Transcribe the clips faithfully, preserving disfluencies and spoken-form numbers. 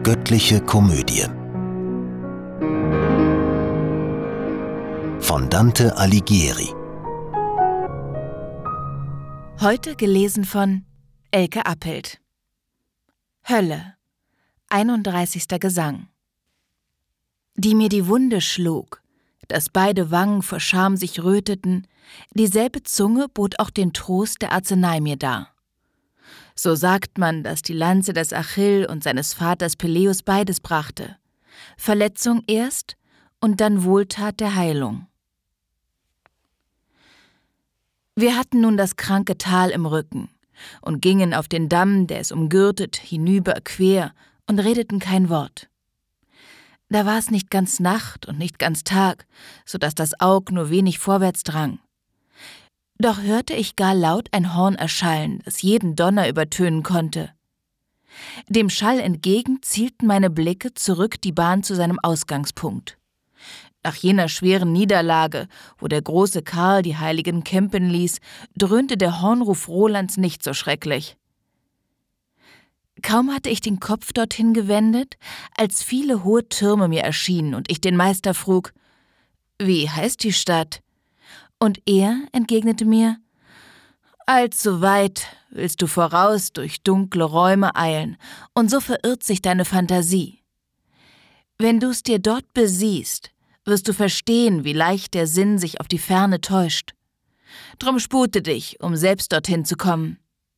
Göttliche Komödie von Dante Alighieri. Heute gelesen von Elke Appelt. Hölle, einunddreißigster Gesang. Die mir die Wunde schlug, dass beide Wangen vor Scham sich röteten, dieselbe Zunge bot auch den Trost der Arznei mir dar. So sagt man, dass die Lanze des Achill und seines Vaters Peleus beides brachte. Verletzung erst und dann Wohltat der Heilung. Wir hatten nun das kranke Tal im Rücken und gingen auf den Damm, der es umgürtet, hinüber quer und redeten kein Wort. Da war es nicht ganz Nacht und nicht ganz Tag, so dass das Aug nur wenig vorwärts drang. Doch hörte ich gar laut ein Horn erschallen, das jeden Donner übertönen konnte. Dem Schall entgegen zielten meine Blicke zurück die Bahn zu seinem Ausgangspunkt. Nach jener schweren Niederlage, wo der große Karl die Heiligen kämpfen ließ, dröhnte der Hornruf Rolands nicht so schrecklich. Kaum hatte ich den Kopf dorthin gewendet, als viele hohe Türme mir erschienen und ich den Meister frug: »Wie heißt die Stadt?« Und er entgegnete mir: »Allzu weit willst du voraus durch dunkle Räume eilen, und so verirrt sich deine Fantasie. Wenn du's dir dort besiehst, wirst du verstehen, wie leicht der Sinn sich auf die Ferne täuscht. Drum spute dich, um selbst dorthin zu kommen.«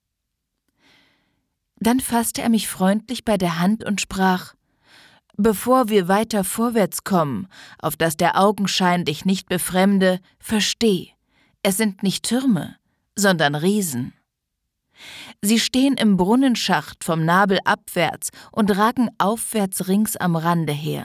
Dann fasste er mich freundlich bei der Hand und sprach: »Bevor wir weiter vorwärts kommen, auf dass der Augenschein dich nicht befremde, versteh, es sind nicht Türme, sondern Riesen. Sie stehen im Brunnenschacht vom Nabel abwärts und ragen aufwärts rings am Rande her.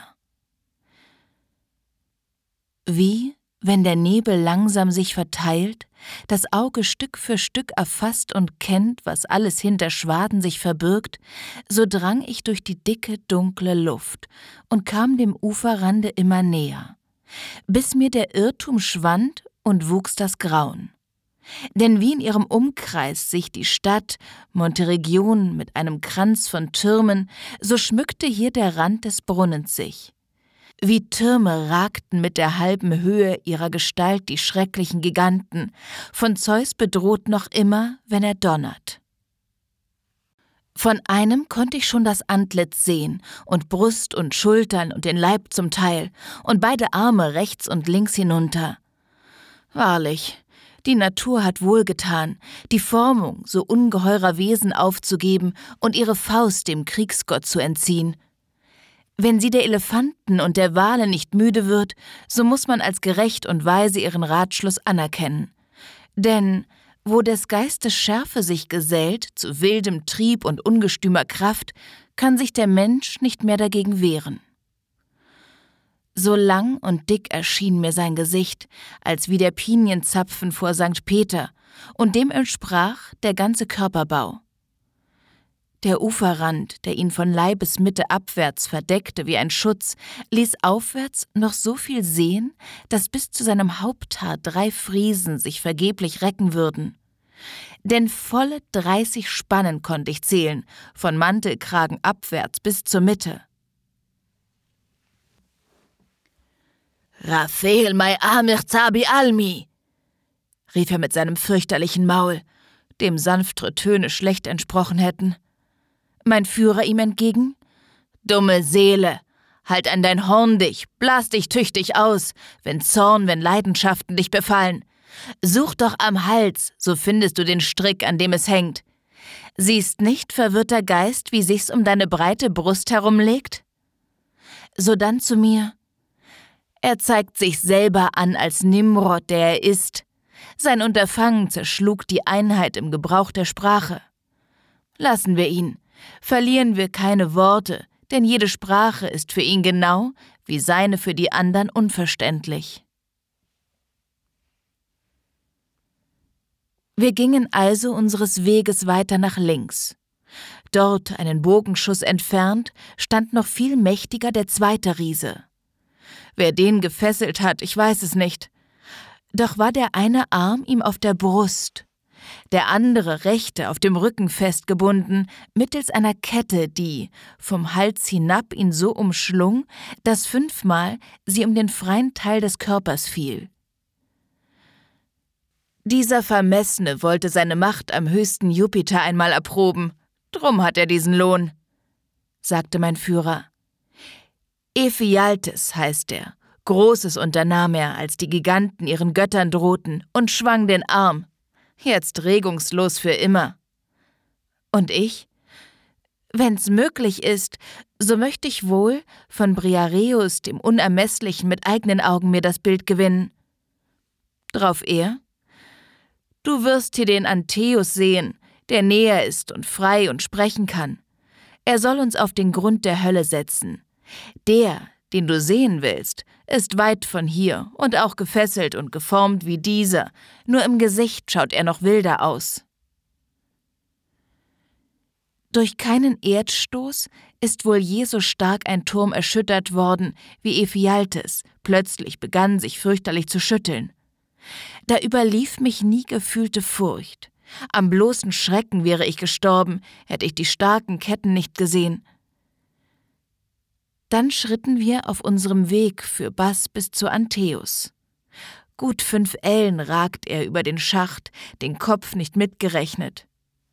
Wie, wenn der Nebel langsam sich verteilt, das Auge Stück für Stück erfasst und kennt, was alles hinter Schwaden sich verbirgt, so drang ich durch die dicke, dunkle Luft und kam dem Uferrande immer näher, bis mir der Irrtum schwand und wuchs das Grauen. Denn wie in ihrem Umkreis sich die Stadt Monteregion mit einem Kranz von Türmen, so schmückte hier der Rand des Brunnens sich. Wie Türme ragten mit der halben Höhe ihrer Gestalt die schrecklichen Giganten, von Zeus bedroht noch immer, wenn er donnert. Von einem konnte ich schon das Antlitz sehen und Brust und Schultern und den Leib zum Teil und beide Arme rechts und links hinunter. Wahrlich, die Natur hat wohlgetan, die Formung so ungeheurer Wesen aufzugeben und ihre Faust dem Kriegsgott zu entziehen. Wenn sie der Elefanten und der Wale nicht müde wird, so muss man als gerecht und weise ihren Ratschluss anerkennen. Denn wo des Geistes Schärfe sich gesellt, zu wildem Trieb und ungestümer Kraft, kann sich der Mensch nicht mehr dagegen wehren. So lang und dick erschien mir sein Gesicht, als wie der Pinienzapfen vor Sankt Peter, und dem entsprach der ganze Körperbau. Der Uferrand, der ihn von Leibesmitte abwärts verdeckte wie ein Schutz, ließ aufwärts noch so viel sehen, dass bis zu seinem Haupthaar drei Friesen sich vergeblich recken würden. Denn volle dreißig Spannen konnte ich zählen, von Mantelkragen abwärts bis zur Mitte. »Raphael mai amir zabi almi«, rief er mit seinem fürchterlichen Maul, dem sanftere Töne schlecht entsprochen hätten. Mein Führer ihm entgegen: »Dumme Seele, halt an dein Horn dich, blas dich tüchtig aus, wenn Zorn, wenn Leidenschaften dich befallen. Such doch am Hals, so findest du den Strick, an dem es hängt. Siehst nicht, verwirrter Geist, wie sich's um deine breite Brust herumlegt?« Sodann zu mir: »Er zeigt sich selber an als Nimrod, der er ist. Sein Unterfangen zerschlug die Einheit im Gebrauch der Sprache. Lassen wir ihn. Verlieren wir keine Worte, denn jede Sprache ist für ihn genau, wie seine für die anderen unverständlich.« Wir gingen also unseres Weges weiter nach links. Dort, einen Bogenschuss entfernt, stand noch viel mächtiger der zweite Riese. Wer den gefesselt hat, ich weiß es nicht. Doch war der eine Arm ihm auf der Brust, der andere rechte auf dem Rücken festgebunden, mittels einer Kette, die vom Hals hinab ihn so umschlung, dass fünfmal sie um den freien Teil des Körpers fiel. Dieser Vermessene wollte seine Macht am höchsten Jupiter einmal erproben, drum hat er diesen Lohn, sagte mein Führer. Ephialtes heißt er, Großes unternahm er, als die Giganten ihren Göttern drohten, und schwang den Arm, jetzt regungslos für immer. Und ich? Wenn's möglich ist, so möchte ich wohl von Briareus, dem Unermesslichen, mit eigenen Augen mir das Bild gewinnen. Drauf er: Du wirst hier den Antheus sehen, der näher ist und frei und sprechen kann. Er soll uns auf den Grund der Hölle setzen. Der, den du sehen willst, ist weit von hier und auch gefesselt und geformt wie dieser, nur im Gesicht schaut er noch wilder aus. Durch keinen Erdstoß ist wohl je so stark ein Turm erschüttert worden wie Ephialtes, plötzlich begann sich fürchterlich zu schütteln. Da überlief mich nie gefühlte Furcht. Am bloßen Schrecken wäre ich gestorben, hätte ich die starken Ketten nicht gesehen. Dann schritten wir auf unserem Weg für Bas bis zu Antheus. Gut fünf Ellen ragt er über den Schacht, den Kopf nicht mitgerechnet.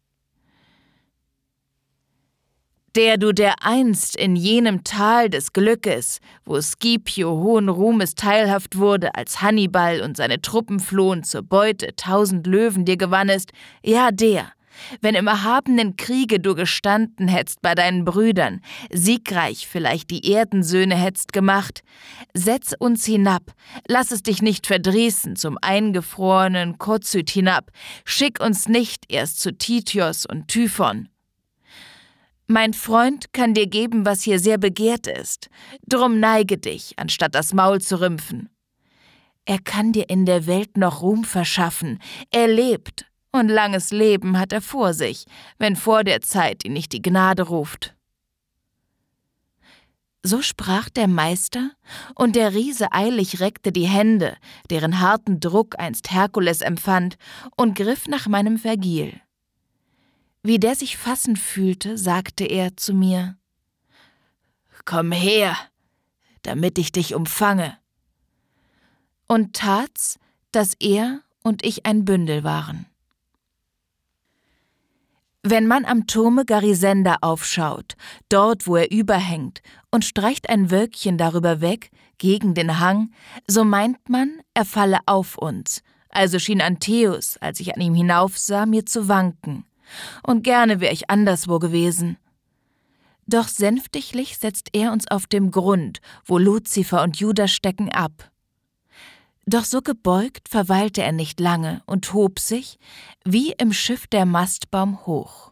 Der du dereinst in jenem Tal des Glückes, wo Scipio hohen Ruhmes teilhaft wurde, als Hannibal und seine Truppen flohen zur Beute tausend Löwen dir gewannest, ja der, wenn im erhabenen Kriege du gestanden hättst bei deinen Brüdern, siegreich vielleicht die Erdensöhne hättst gemacht, setz uns hinab, lass es dich nicht verdrießen zum eingefrorenen Kozyt hinab, schick uns nicht erst zu Tityos und Typhon. Mein Freund kann dir geben, was hier sehr begehrt ist, drum neige dich, anstatt das Maul zu rümpfen. Er kann dir in der Welt noch Ruhm verschaffen, er lebt, und langes Leben hat er vor sich, wenn vor der Zeit ihn nicht die Gnade ruft. So sprach der Meister, und der Riese eilig reckte die Hände, deren harten Druck einst Herkules empfand, und griff nach meinem Vergil. Wie der sich fassen fühlte, sagte er zu mir: »Komm her, damit ich dich umfange.« Und tat's, dass er und ich ein Bündel waren. Wenn man am Turme Garisenda aufschaut, dort, wo er überhängt, und streicht ein Wölkchen darüber weg, gegen den Hang, so meint man, er falle auf uns. Also schien Antheus, als ich an ihm hinaufsah, mir zu wanken. Und gerne wär ich anderswo gewesen. Doch sänftiglich setzt er uns auf dem Grund, wo Luzifer und Judas stecken, ab. Doch so gebeugt verweilte er nicht lange und hob sich, wie im Schiff der Mastbaum, hoch.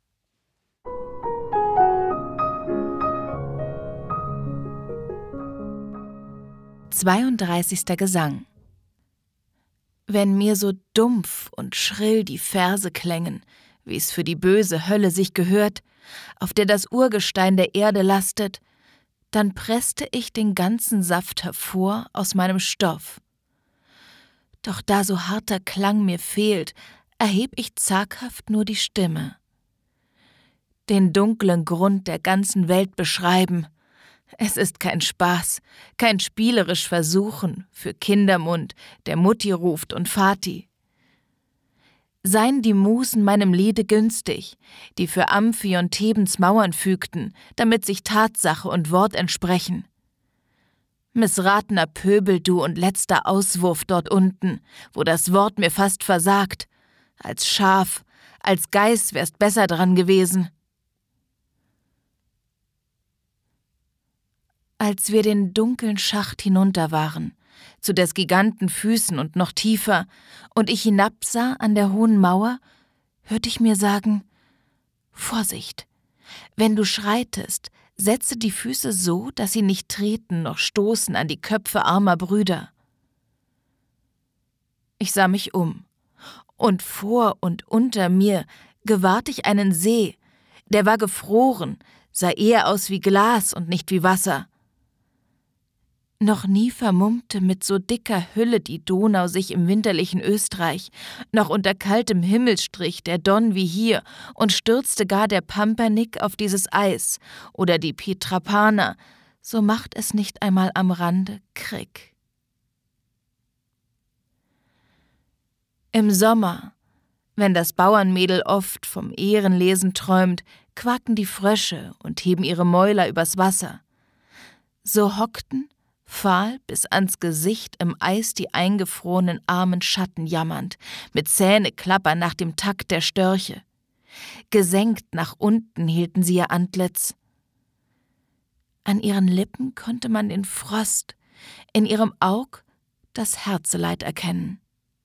Zweiunddreißigster Gesang. Wenn mir so dumpf und schrill die Verse klängen, wie es für die böse Hölle sich gehört, auf der das Urgestein der Erde lastet, dann presste ich den ganzen Saft hervor aus meinem Stoff. Doch da so harter Klang mir fehlt, erheb ich zaghaft nur die Stimme. Den dunklen Grund der ganzen Welt beschreiben, es ist kein Spaß, kein spielerisch Versuchen für Kindermund, der Mutti ruft und Vati. Seien die Musen meinem Liede günstig, die für Amphi und Thebens Mauern fügten, damit sich Tatsache und Wort entsprechen. Missratener Pöbel du und letzter Auswurf dort unten, wo das Wort mir fast versagt. Als Schaf, als Geiß wärst besser dran gewesen. Als wir den dunklen Schacht hinunter waren, zu des Giganten Füßen und noch tiefer, und ich hinabsah an der hohen Mauer, hörte ich mir sagen: Vorsicht, wenn du schreitest, setze die Füße so, dass sie nicht treten noch stoßen an die Köpfe armer Brüder. Ich sah mich um, und vor und unter mir gewahrte ich einen See, der war gefroren, sah eher aus wie Glas und nicht wie Wasser. Noch nie vermummte mit so dicker Hülle die Donau sich im winterlichen Österreich, noch unter kaltem Himmelsstrich der Don wie hier, und stürzte gar der Pampernick auf dieses Eis oder die Pietrapana, so macht es nicht einmal am Rande Krieg. Im Sommer, wenn das Bauernmädel oft vom Ehrenlesen träumt, quaken die Frösche und heben ihre Mäuler übers Wasser. So hockten, fahl bis ans Gesicht, im Eis die eingefrorenen armen Schatten jammernd, mit Zähneklappern nach dem Takt der Störche. Gesenkt nach unten hielten sie ihr Antlitz. An ihren Lippen konnte man den Frost, in ihrem Aug das Herzeleid erkennen.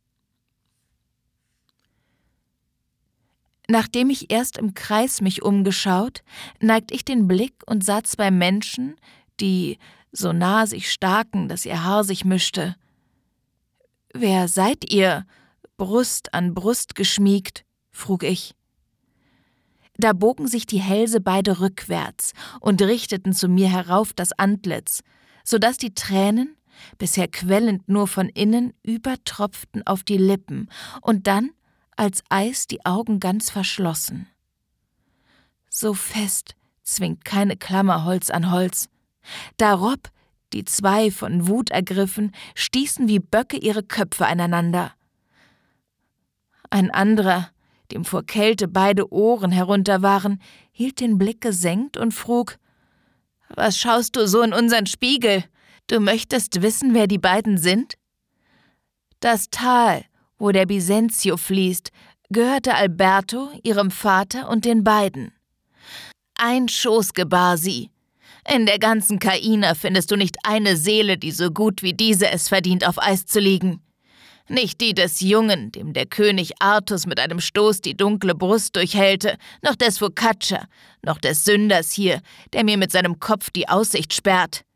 Nachdem ich erst im Kreis mich umgeschaut, neigt ich den Blick und sah zwei Menschen, die so nah sich staken, dass ihr Haar sich mischte. »Wer seid ihr, Brust an Brust geschmiegt?« frug ich. Da bogen sich die Hälse beide rückwärts und richteten zu mir herauf das Antlitz, so daß die Tränen, bisher quellend nur von innen, übertropften auf die Lippen und dann als Eis die Augen ganz verschlossen. So fest zwingt keine Klammer Holz an Holz. Darob, die zwei von Wut ergriffen, stießen wie Böcke ihre Köpfe aneinander. Ein anderer, dem vor Kälte beide Ohren herunter waren, hielt den Blick gesenkt und frug: »Was schaust du so in unseren Spiegel? Du möchtest wissen, wer die beiden sind?« Das Tal, wo der Bisenzio fließt, gehörte Alberto, ihrem Vater und den beiden. Ein Schoß gebar sie. In der ganzen Caina findest du nicht eine Seele, die so gut wie diese es verdient, auf Eis zu liegen. Nicht die des Jungen, dem der König Artus mit einem Stoß die dunkle Brust durchhellte, noch des Focaccia, noch des Sünders hier, der mir mit seinem Kopf die Aussicht sperrt.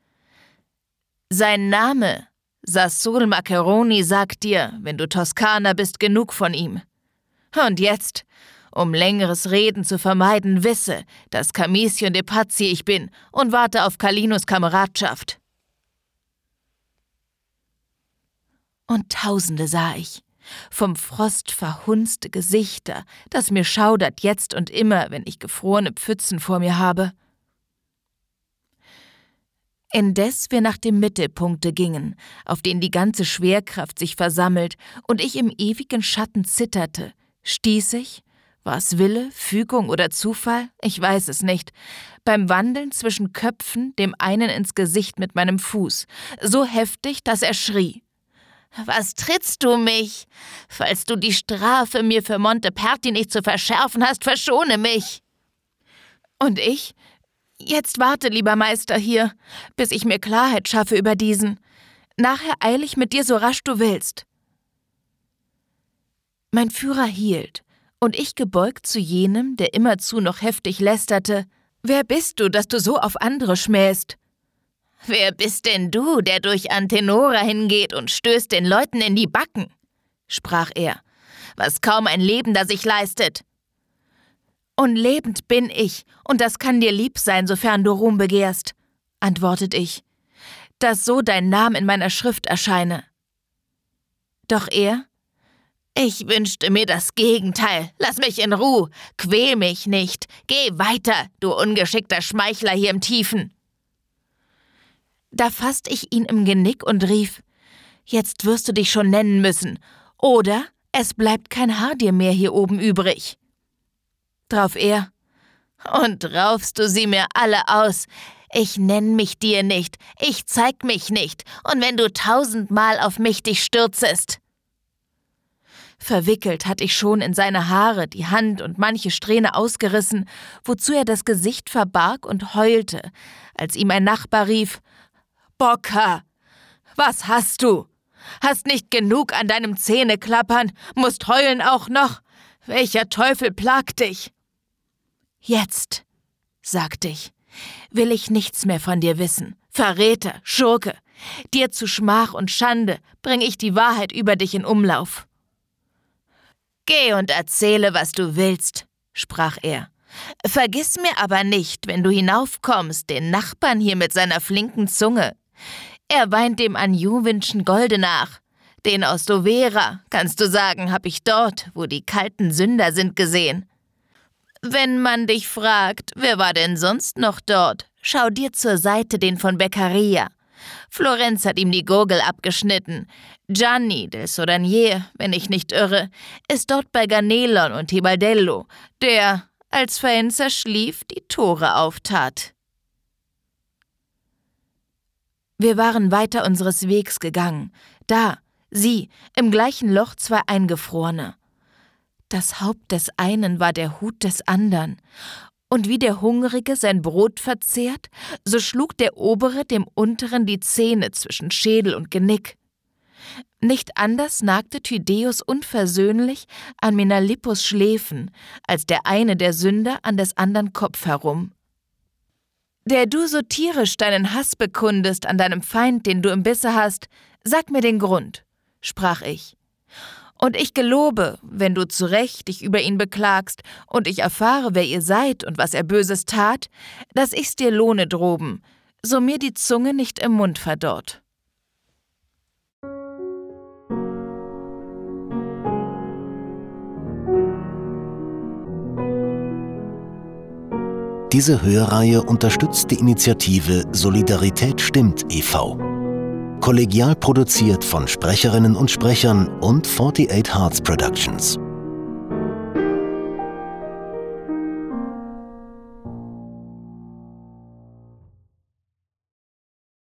Sein Name, Sassol Maccheroni, sagt dir, wenn du Toskaner bist, genug von ihm. Und jetzt, um längeres Reden zu vermeiden, wisse, dass Camiscion de Pazzi ich bin und warte auf Calinus Kameradschaft. Und Tausende sah ich, vom Frost verhunzte Gesichter, das mir schaudert jetzt und immer, wenn ich gefrorene Pfützen vor mir habe. Indes wir nach dem Mittelpunkte gingen, auf den die ganze Schwerkraft sich versammelt und ich im ewigen Schatten zitterte, stieß ich, war es Wille, Fügung oder Zufall, ich weiß es nicht, beim Wandeln zwischen Köpfen dem einen ins Gesicht mit meinem Fuß, so heftig, dass er schrie: »Was trittst du mich? Falls du die Strafe mir für Monteperti nicht zu verschärfen hast, verschone mich!« Und ich: »Jetzt warte, lieber Meister, hier, bis ich mir Klarheit schaffe über diesen. Nachher eil ich mit dir so rasch du willst.« Mein Führer hielt, und ich gebeugt zu jenem, der immerzu noch heftig lästerte: »Wer bist du, dass du so auf andere schmähst?« »Wer bist denn du, der durch Antenora hingeht und stößt den Leuten in die Backen?« sprach er, »was kaum ein Lebender sich leistet.« »Und lebend bin ich, und das kann dir lieb sein, sofern du Ruhm begehrst«, antwortet ich, »dass so dein Name in meiner Schrift erscheine.« Doch er: »Ich wünschte mir das Gegenteil. Lass mich in Ruhe, quäl mich nicht. Geh weiter, du ungeschickter Schmeichler hier im Tiefen.« Da fasst ich ihn im Genick und rief: »Jetzt wirst du dich schon nennen müssen, oder es bleibt kein Haar dir mehr hier oben übrig.« Drauf er: »Und raufst du sie mir alle aus? Ich nenn mich dir nicht, ich zeig mich nicht, und wenn du tausendmal auf mich dich stürzest.« Verwickelt hatt ich schon in seine Haare die Hand und manche Strähne ausgerissen, wozu er das Gesicht verbarg und heulte, als ihm ein Nachbar rief: »Bocca, was hast du? Hast nicht genug an deinem Zähneklappern, musst heulen auch noch? Welcher Teufel plagt dich?« »Jetzt«, sagte ich, »will ich nichts mehr von dir wissen, Verräter, Schurke. Dir zu Schmach und Schande bring ich die Wahrheit über dich in Umlauf.« »Geh und erzähle, was du willst«, sprach er. »Vergiss mir aber nicht, wenn du hinaufkommst, den Nachbarn hier mit seiner flinken Zunge. Er weint dem Anjuwinschen Golde nach. Den aus Dovera, kannst du sagen, hab ich dort, wo die kalten Sünder sind, gesehen. Wenn man dich fragt, wer war denn sonst noch dort, schau dir zur Seite den von Beccaria. Florenz hat ihm die Gurgel abgeschnitten. Gianni del Sodanier, wenn ich nicht irre, ist dort bei Ganelon und Tibaldello, der, als Faenza schlief, die Tore auftat. Wir waren weiter unseres Wegs gegangen. Da, sieh, im gleichen Loch zwei Eingefrorene. Das Haupt des einen war der Hut des andern. Und wie der Hungrige sein Brot verzehrt, so schlug der Obere dem Unteren die Zähne zwischen Schädel und Genick. Nicht anders nagte Tydeus unversöhnlich an Menalippus Schläfen, als der eine der Sünder an des andern Kopf herum. Der du so tierisch deinen Hass bekundest an deinem Feind, den du im Bisse hast, sag mir den Grund, sprach ich. Und ich gelobe, wenn du zu Recht dich über ihn beklagst und ich erfahre, wer ihr seid und was er Böses tat, dass ich's dir lohne droben, so mir die Zunge nicht im Mund verdorrt. Diese Hörreihe unterstützt die Initiative Solidarität stimmt e V Kollegial produziert von Sprecherinnen und Sprechern und achtundvierzig Hearts Productions.